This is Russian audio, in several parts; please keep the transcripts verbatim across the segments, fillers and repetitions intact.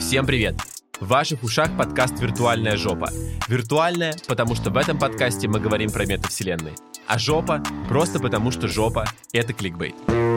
Всем привет! В ваших ушах подкаст «Виртуальная жопа». Виртуальная, потому что в этом подкасте мы говорим про метавселенные. А жопа просто потому, что жопа — это кликбейт.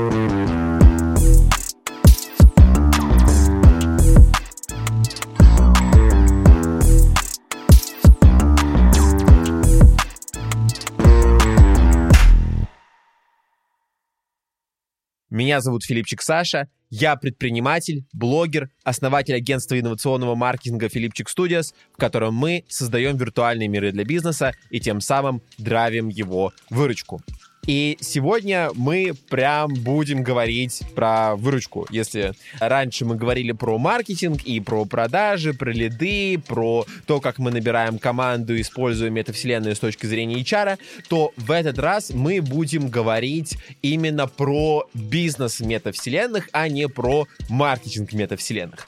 Меня зовут Филипчик Саша, я предприниматель, блогер, основатель агентства инновационного маркетинга Филипчик Studios, в котором мы создаем виртуальные миры для бизнеса и тем самым драйвим его выручку. И сегодня мы прям будем говорить про выручку. Если раньше мы говорили про маркетинг и про продажи, про лиды, про то, как мы набираем команду, используя метавселенную с точки зрения эйч ар, то в этот раз мы будем говорить именно про бизнес метавселенных, а не про маркетинг метавселенных.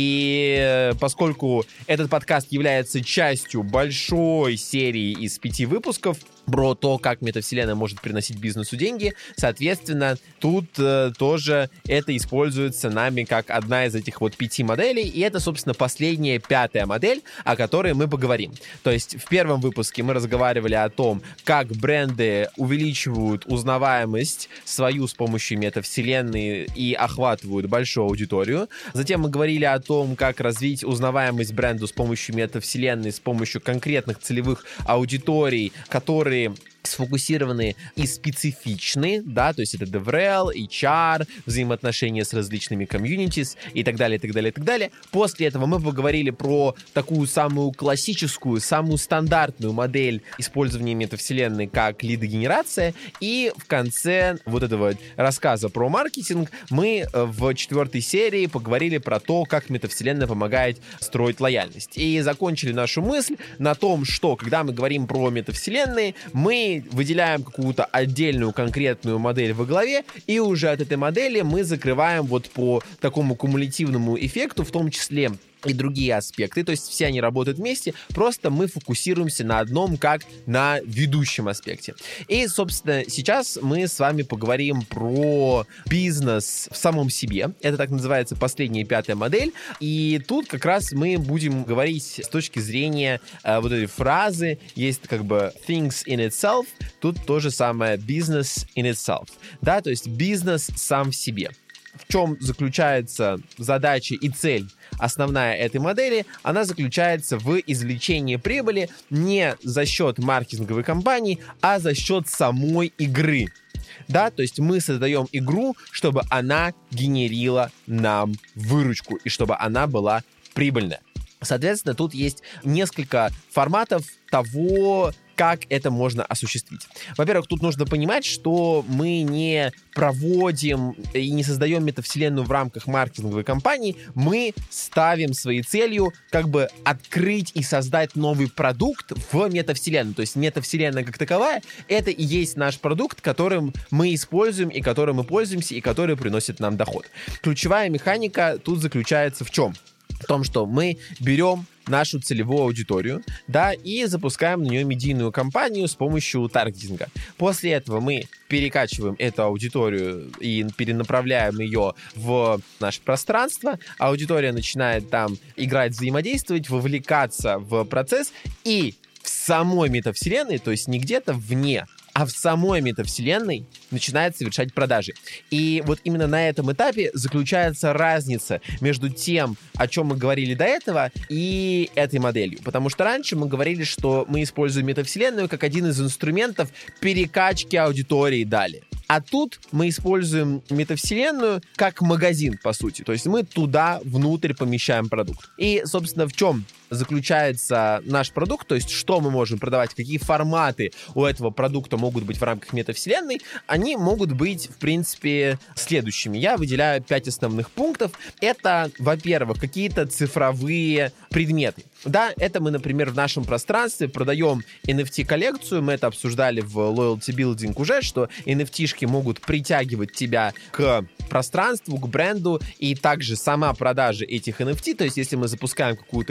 И поскольку этот подкаст является частью большой серии из пяти выпусков про то, как метавселенная может приносить бизнесу деньги, соответственно, тут э, тоже это используется нами как одна из этих вот пяти моделей, и это, собственно, последняя, пятая модель, о которой мы поговорим. То есть в первом выпуске мы разговаривали о том, как бренды увеличивают узнаваемость свою с помощью метавселенной и охватывают большую аудиторию. Затем мы говорили о том, как развить узнаваемость бренду с помощью метавселенной, с помощью конкретных целевых аудиторий, которые сфокусированы и специфичны, да, то есть это DevRel, эйч ар, взаимоотношения с различными комьюнитис и так далее, и так далее, и так далее. После этого мы поговорили про такую самую классическую, самую стандартную модель использования метавселенной как лидогенерация, и в конце вот этого рассказа про маркетинг мы в четвертой серии поговорили про то, как метавселенная помогает строить лояльность. И закончили нашу мысль на том, что когда мы говорим про метавселенные, мы выделяем какую-то отдельную конкретную модель во главе, и уже от этой модели мы закрываем вот по такому кумулятивному эффекту, в том числе и другие аспекты, то есть все они работают вместе, просто мы фокусируемся на одном, как на ведущем аспекте. И, собственно, сейчас мы с вами поговорим про бизнес в самом себе. Это так называется последняя, пятая модель. И тут как раз мы будем говорить с точки зрения э, вот этой фразы. Есть как бы things in itself, тут то же самое business in itself. Да, то есть бизнес сам в себе. В чем заключается задача и цель основная этой модели? Она заключается в извлечении прибыли не за счет маркетинговой кампании, а за счет самой игры. Да, то есть мы создаем игру, чтобы она генерила нам выручку и чтобы она была прибыльная. Соответственно, тут есть несколько форматов того, как это можно осуществить. Во-первых, тут нужно понимать, что мы не проводим и не создаем метавселенную в рамках маркетинговой кампании, мы ставим своей целью как бы открыть и создать новый продукт в метавселенной. То есть метавселенная как таковая — это и есть наш продукт, которым мы используем и которым мы пользуемся, и который приносит нам доход. Ключевая механика тут заключается в чем? В том, что мы берем нашу целевую аудиторию, да, и запускаем на нее медийную кампанию с помощью таргетинга. После этого мы перекачиваем эту аудиторию и перенаправляем ее в наше пространство. Аудитория начинает там играть, взаимодействовать, вовлекаться в процесс, и в самой метавселенной, то есть не где-то вне, а в самой метавселенной начинает совершать продажи. И вот именно на этом этапе заключается разница между тем, о чем мы говорили до этого, и этой моделью. Потому что раньше мы говорили, что мы используем метавселенную как один из инструментов перекачки аудитории далее. А тут мы используем метавселенную как магазин, по сути. То есть мы туда внутрь помещаем продукт. И, собственно, в чем заключается наш продукт, то есть что мы можем продавать, какие форматы у этого продукта могут быть в рамках метавселенной, они могут быть, в принципе, следующими. Я выделяю пять основных пунктов. Это, во-первых, какие-то цифровые предметы. Да, это мы, например, в нашем пространстве продаем эн эф ти-коллекцию, мы это обсуждали в Loyalty Building уже, что эн эф ти-шки могут притягивать тебя к пространству, к бренду, и также сама продажа этих эн эф ти, то есть если мы запускаем какую-то коллекцию,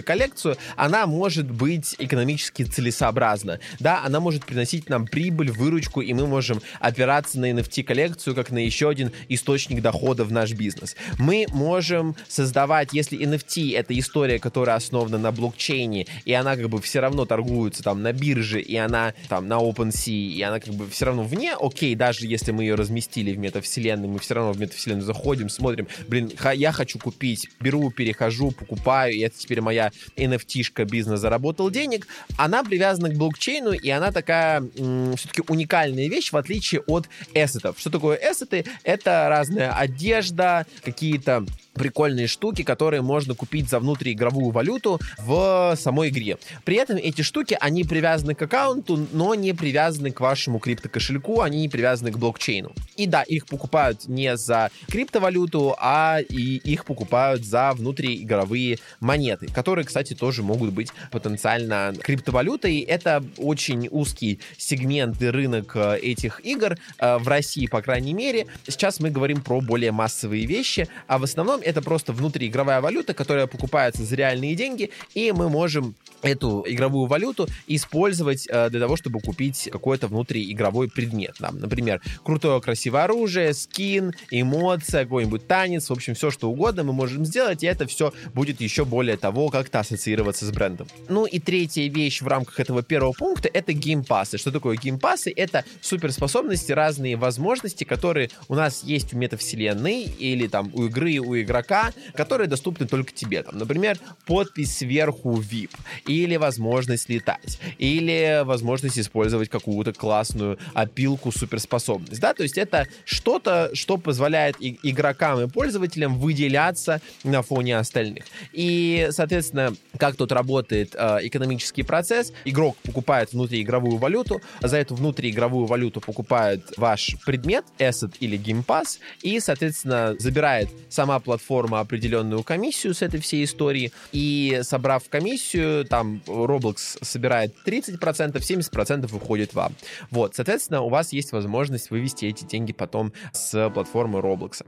коллекцию, она может быть экономически целесообразна. Да, она может приносить нам прибыль, выручку, и мы можем опираться на эн эф ти-коллекцию как на еще один источник дохода в наш бизнес. Мы можем создавать, если эн эф ти — это история, которая основана на блокчейне, и она как бы все равно торгуется там на бирже, и она там на OpenSea, и она как бы все равно вне, окей, даже если мы ее разместили в метавселенной, мы все равно в метавселенную заходим, смотрим, блин, я хочу купить, беру, перехожу, покупаю, и это теперь моя эн эф ти-шка, бизнес заработал денег, она привязана к блокчейну, и она такая м- все-таки уникальная вещь, в отличие от эссетов. Что такое эссеты? Это разная одежда, какие-то прикольные штуки, которые можно купить за внутриигровую валюту в самой игре. При этом эти штуки, они привязаны к аккаунту, но не привязаны к вашему криптокошельку, они не привязаны к блокчейну. И да, их покупают не за криптовалюту, а и их покупают за внутриигровые монеты, которые, кстати, тоже могут быть потенциально криптовалютой. Это очень узкий сегмент и рынок этих игр в России, по крайней мере. Сейчас мы говорим про более массовые вещи, а в основном это просто внутриигровая валюта, которая покупается за реальные деньги, и мы можем эту игровую валюту использовать э, для того, чтобы купить какой-то внутриигровой предмет. Там, например, крутое красивое оружие, скин, эмоция, какой-нибудь танец, в общем, все, что угодно мы можем сделать, и это все будет еще более того как-то ассоциироваться с брендом. Ну и третья вещь в рамках этого первого пункта — это геймпассы. Что такое геймпассы? Это суперспособности, разные возможности, которые у нас есть в метавселенной или там у игры, у игрока, которые доступны только тебе. Там, например, подпись сверху ви ай пи, или возможность летать, или возможность использовать какую-то классную опилку, суперспособность. Да, то есть это что-то, что позволяет и- игрокам и пользователям выделяться на фоне остальных. И, соответственно, как тут работает э, экономический процесс? Игрок покупает внутриигровую валюту, за эту внутриигровую валюту покупает ваш предмет, asset или геймпасс, и, соответственно, забирает сама платформа определенную комиссию с этой всей истории, и, собрав комиссию, там Roblox собирает тридцать процентов, семьдесят процентов уходит вам. Вот, соответственно, у вас есть возможность вывести эти деньги потом с платформы Roblox.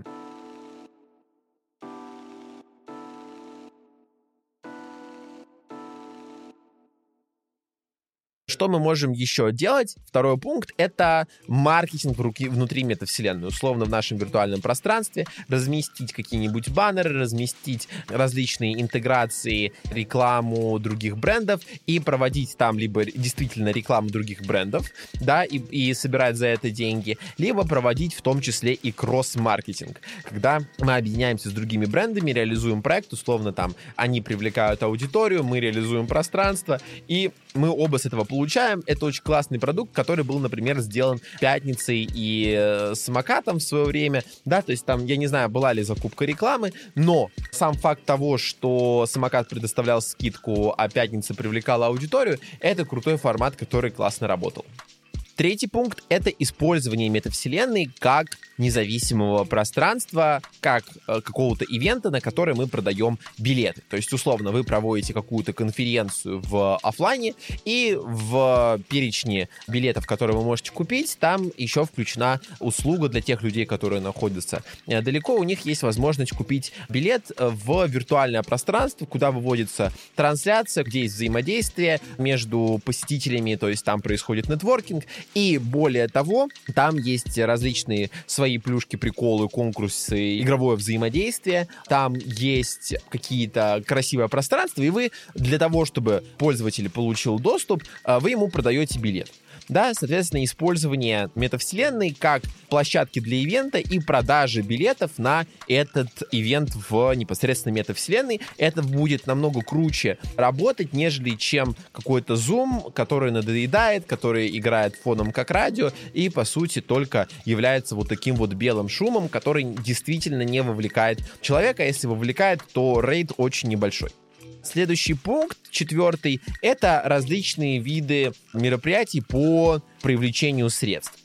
Что мы можем еще делать? Второй пункт — это маркетинг внутри метавселенной. Условно, в нашем виртуальном пространстве разместить какие-нибудь баннеры, разместить различные интеграции, рекламу других брендов и проводить там либо действительно рекламу других брендов, да, и, и собирать за это деньги, либо проводить в том числе и кросс-маркетинг, когда мы объединяемся с другими брендами, реализуем проект, условно, там, они привлекают аудиторию, мы реализуем пространство, и мы оба с этого получаем. Это очень классный продукт, который был, например, сделан Пятницей и э, Самокатом в свое время, да, то есть там, я не знаю, была ли закупка рекламы, но сам факт того, что Самокат предоставлял скидку, а Пятница привлекала аудиторию, это крутой формат, который классно работал. Третий пункт — это использование метавселенной как независимого пространства, как э, какого-то ивента, на который мы продаем билеты. То есть, условно, вы проводите какую-то конференцию в офлайне, и в перечне билетов, которые вы можете купить, там еще включена услуга для тех людей, которые находятся далеко. У них есть возможность купить билет в виртуальное пространство, куда выводится трансляция, где есть взаимодействие между посетителями, то есть там происходит нетворкинг. И более того, там есть различные свои плюшки, приколы, конкурсы, игровое взаимодействие. Там есть какие-то красивые пространства, и вы для того, чтобы пользователь получил доступ, вы ему продаете билет. Да, соответственно, использование метавселенной как площадки для ивента и продажи билетов на этот ивент в непосредственно метавселенной. Это будет намного круче работать, нежели чем какой-то Zoom, который надоедает, который играет фоном как радио и, по сути, только является вот таким вот белым шумом, который действительно не вовлекает человека. Если вовлекает, то рейд очень небольшой. Следующий пункт, четвертый, это различные виды мероприятий по привлечению средств.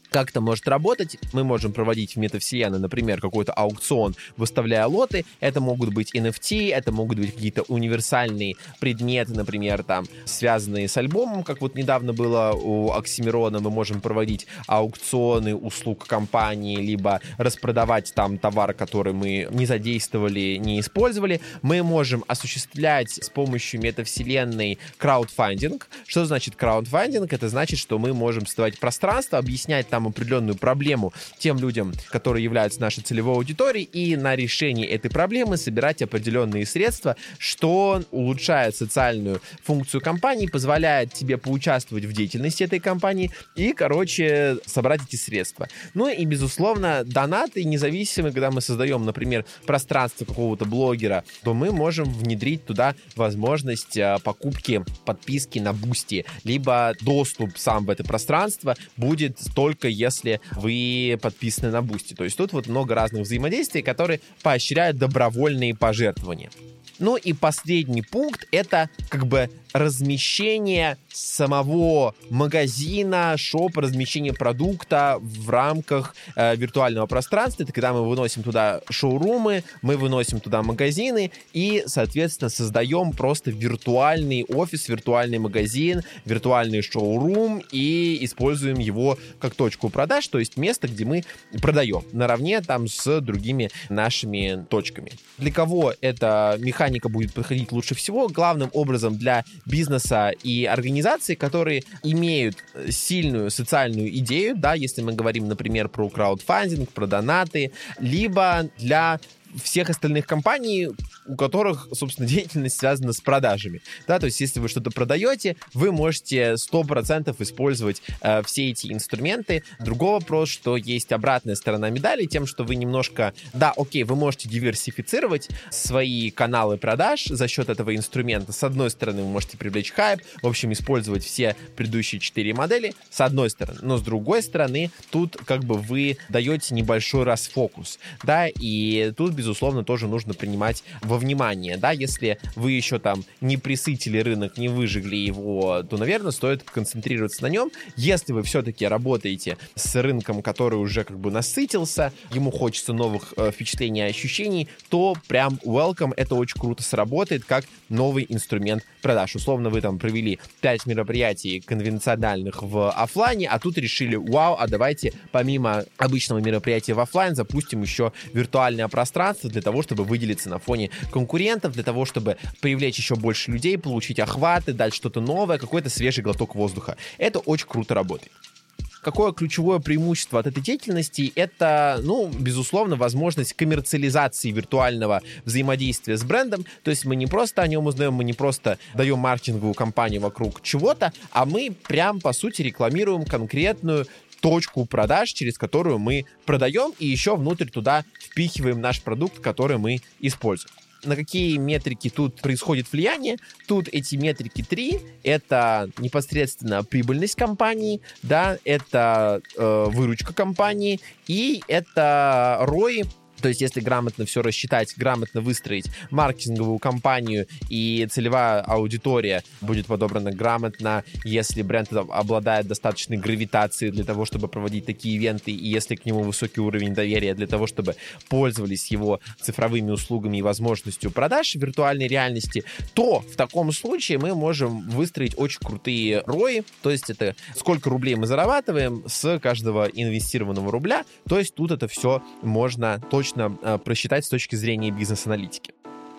Как это может работать? Мы можем проводить в метавселенной, например, какой-то аукцион, выставляя лоты. Это могут быть эн эф ти, это могут быть какие-то универсальные предметы, например, там, связанные с альбомом, как вот недавно было у Оксимирона. Мы можем проводить аукционы услуг компании, либо распродавать там товар, который мы не задействовали, не использовали. Мы можем осуществлять с помощью метавселенной краудфандинг. Что значит краудфандинг? Это значит, что мы можем создавать пространство, объяснять там определенную проблему тем людям, которые являются нашей целевой аудиторией, и на решение этой проблемы собирать определенные средства, что улучшает социальную функцию компании, позволяет тебе поучаствовать в деятельности этой компании и, короче, собрать эти средства. Ну и, безусловно, донаты независимые, когда мы создаем, например, пространство какого-то блогера, то мы можем внедрить туда возможность покупки подписки на Boosty, либо доступ сам в это пространство будет только если вы подписаны на Boosty. То есть тут вот много разных взаимодействий, которые поощряют добровольные пожертвования. Ну и последний пункт — это как бы размещение самого магазина, шопа, размещение продукта в рамках э, виртуального пространства. Это когда мы выносим туда шоурумы, мы выносим туда магазины и, соответственно, создаем просто виртуальный офис, виртуальный магазин, виртуальный шоурум и используем его как точку продаж, то есть место, где мы продаем, наравне там с другими нашими точками. Для кого эта механика будет подходить лучше всего? Главным образом для бизнеса и организаций, которые имеют сильную социальную идею, да, если мы говорим, например, про краудфандинг, про донаты, либо для всех остальных компаний, у которых, собственно, деятельность связана с продажами. Да, то есть, если вы что-то продаете, вы можете сто процентов использовать э, все эти инструменты. Другой вопрос, что есть обратная сторона медали, тем, что вы немножко... Да, окей, вы можете диверсифицировать свои каналы продаж за счет этого инструмента. С одной стороны, вы можете привлечь хайп, в общем, использовать все предыдущие четыре модели, с одной стороны. Но с другой стороны, тут как бы вы даете небольшой расфокус, да, и тут, безусловно, тоже нужно принимать во внимание, да, если вы еще там не присытили рынок, не выжигли его, то, наверное, стоит концентрироваться на нем. Если вы все-таки работаете с рынком, который уже как бы насытился, ему хочется новых э, впечатлений и ощущений, то прям welcome, это очень круто сработает как новый инструмент продаж. Условно, вы там провели пять мероприятий конвенциональных в офлайне, а тут решили, вау, а давайте помимо обычного мероприятия в офлайн запустим еще виртуальное пространство для того, чтобы выделиться на фоне конкурентов, для того, чтобы привлечь еще больше людей, получить охваты, дать что-то новое, какой-то свежий глоток воздуха. Это очень круто работает. Какое ключевое преимущество от этой деятельности? Это, ну, безусловно, возможность коммерциализации виртуального взаимодействия с брендом. То есть мы не просто о нем узнаем, мы не просто даем маркетинговую кампанию вокруг чего-то, а мы прям, по сути, рекламируем конкретную точку продаж, через которую мы продаем, и еще внутрь туда впихиваем наш продукт, который мы используем. На какие метрики тут происходит влияние? Тут эти метрики три. Это непосредственно прибыльность компании, да, это э, выручка компании и это рой. То есть, если грамотно все рассчитать, грамотно выстроить маркетинговую кампанию и целевая аудитория будет подобрана грамотно, если бренд обладает достаточной гравитацией для того, чтобы проводить такие ивенты, и если к нему высокий уровень доверия для того, чтобы пользовались его цифровыми услугами и возможностью продаж в виртуальной реальности, то в таком случае мы можем выстроить очень крутые рои, то есть это сколько рублей мы зарабатываем с каждого инвестированного рубля, то есть тут это все можно точно просчитать с точки зрения бизнес-аналитики.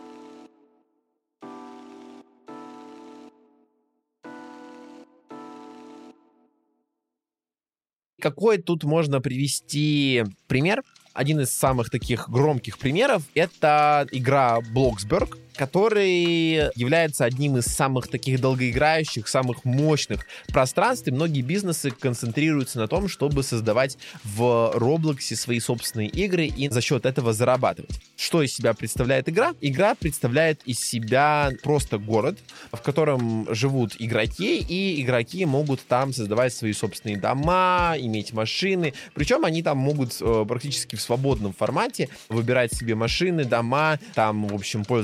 Какой тут можно привести пример? Один из самых таких громких примеров — это игра Bloxburg, который является одним из самых таких долгоиграющих, самых мощных пространств, и многие бизнесы концентрируются на том, чтобы создавать в Roblox свои собственные игры и за счет этого зарабатывать. Что из себя представляет игра? Игра представляет из себя просто город, в котором живут игроки, и игроки могут там создавать свои собственные дома, иметь машины, причем они там могут э, практически в свободном формате выбирать себе машины, дома, там, в общем, пользоваться то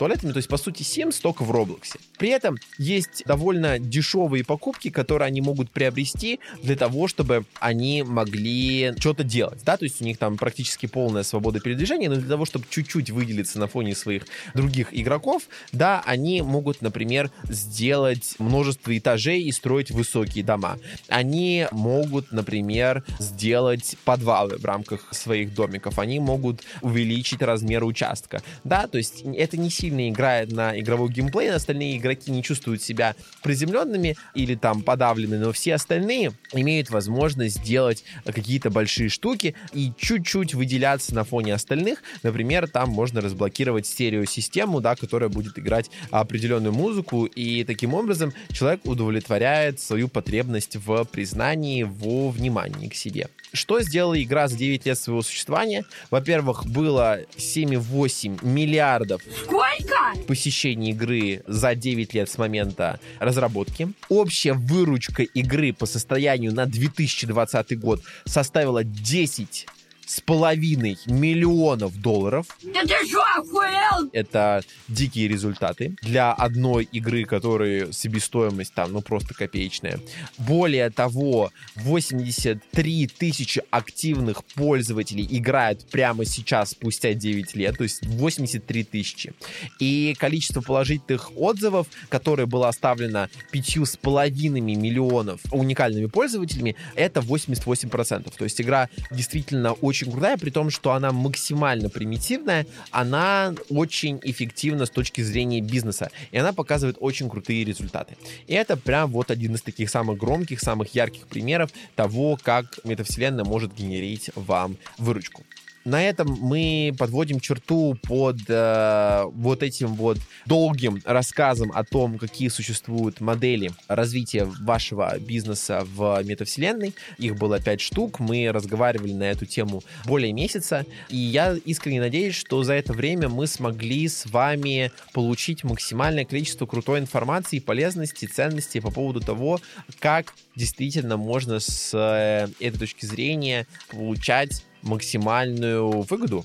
туалетами. То есть, по сути, Sims только в Роблоксе. При этом есть довольно дешевые покупки, которые они могут приобрести для того, чтобы они могли что-то делать, да, то есть у них там практически полная свобода передвижения, но для того, чтобы чуть-чуть выделиться на фоне своих других игроков, да, они могут, например, сделать множество этажей и строить высокие дома. Они могут, например, сделать подвалы в рамках своих домиков, они могут увеличить размер участка, да, то есть это не сильно играет на игровой геймплей, остальные игроки не чувствуют себя приземленными или там подавленными, но все остальные имеют возможность сделать какие-то большие штуки и чуть-чуть выделяться на фоне остальных. Например, там можно разблокировать стереосистему, да, которая будет играть определенную музыку, и таким образом человек удовлетворяет свою потребность в признании, во внимании к себе. Что сделала игра за девять лет своего существования? Во-первых, было семь целых восемь десятых миллиардов Сколько? посещений игры за девять лет с момента разработки. Общая выручка игры по состоянию на две тысячи двадцатый год составила десять с половиной миллионов долларов. Да ты что, охуел? Это дикие результаты для одной игры, которой себестоимость там, ну, просто копеечная. Более того, восемьдесят три тысячи активных пользователей играют прямо сейчас, спустя девять лет, то есть восемьдесят три тысячи. И количество положительных отзывов, которое было оставлено пятью с половиной миллионов уникальными пользователями, это восемьдесят восемь процентов. То есть игра действительно очень очень крутая, при том, что она максимально примитивная, она очень эффективна с точки зрения бизнеса, и она показывает очень крутые результаты. И это прям вот один из таких самых громких, самых ярких примеров того, как метавселенная может генерить вам выручку. На этом мы подводим черту под э, вот этим вот долгим рассказом о том, какие существуют модели развития вашего бизнеса в метавселенной. Их было пять штук, мы разговаривали на эту тему более месяца, и я искренне надеюсь, что за это время мы смогли с вами получить максимальное количество крутой информации, полезности, ценностей по поводу того, как действительно можно с э, этой точки зрения получать максимальную выгоду.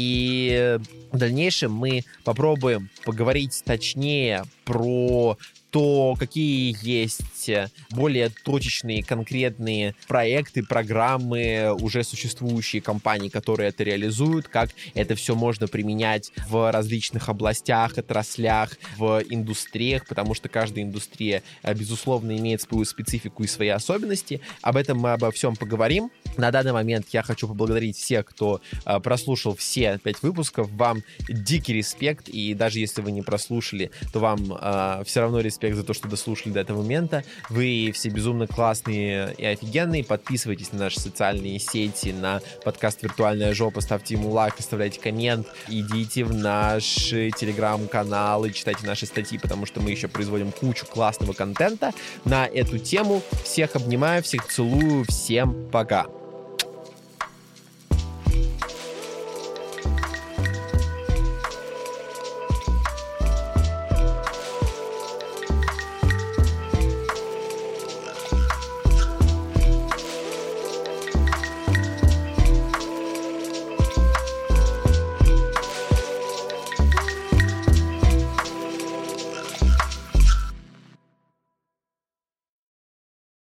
И в дальнейшем мы попробуем поговорить точнее про то, какие есть более точечные, конкретные проекты, программы, уже существующие компании, которые это реализуют, как это все можно применять в различных областях, отраслях, в индустриях, потому что каждая индустрия, безусловно, имеет свою специфику и свои особенности. Об этом мы обо всем поговорим. На данный момент я хочу поблагодарить всех, кто э, прослушал все пять выпусков. Вам дикий респект, и даже если вы не прослушали, то вам э, все равно респект за то, что дослушали до этого момента. Вы все безумно классные и офигенные. Подписывайтесь на наши социальные сети, на подкаст «Виртуальная жопа», ставьте ему лайк, оставляйте коммент, идите в наш телеграм-канал и читайте наши статьи, потому что мы еще производим кучу классного контента на эту тему. Всех обнимаю, всех целую, всем пока!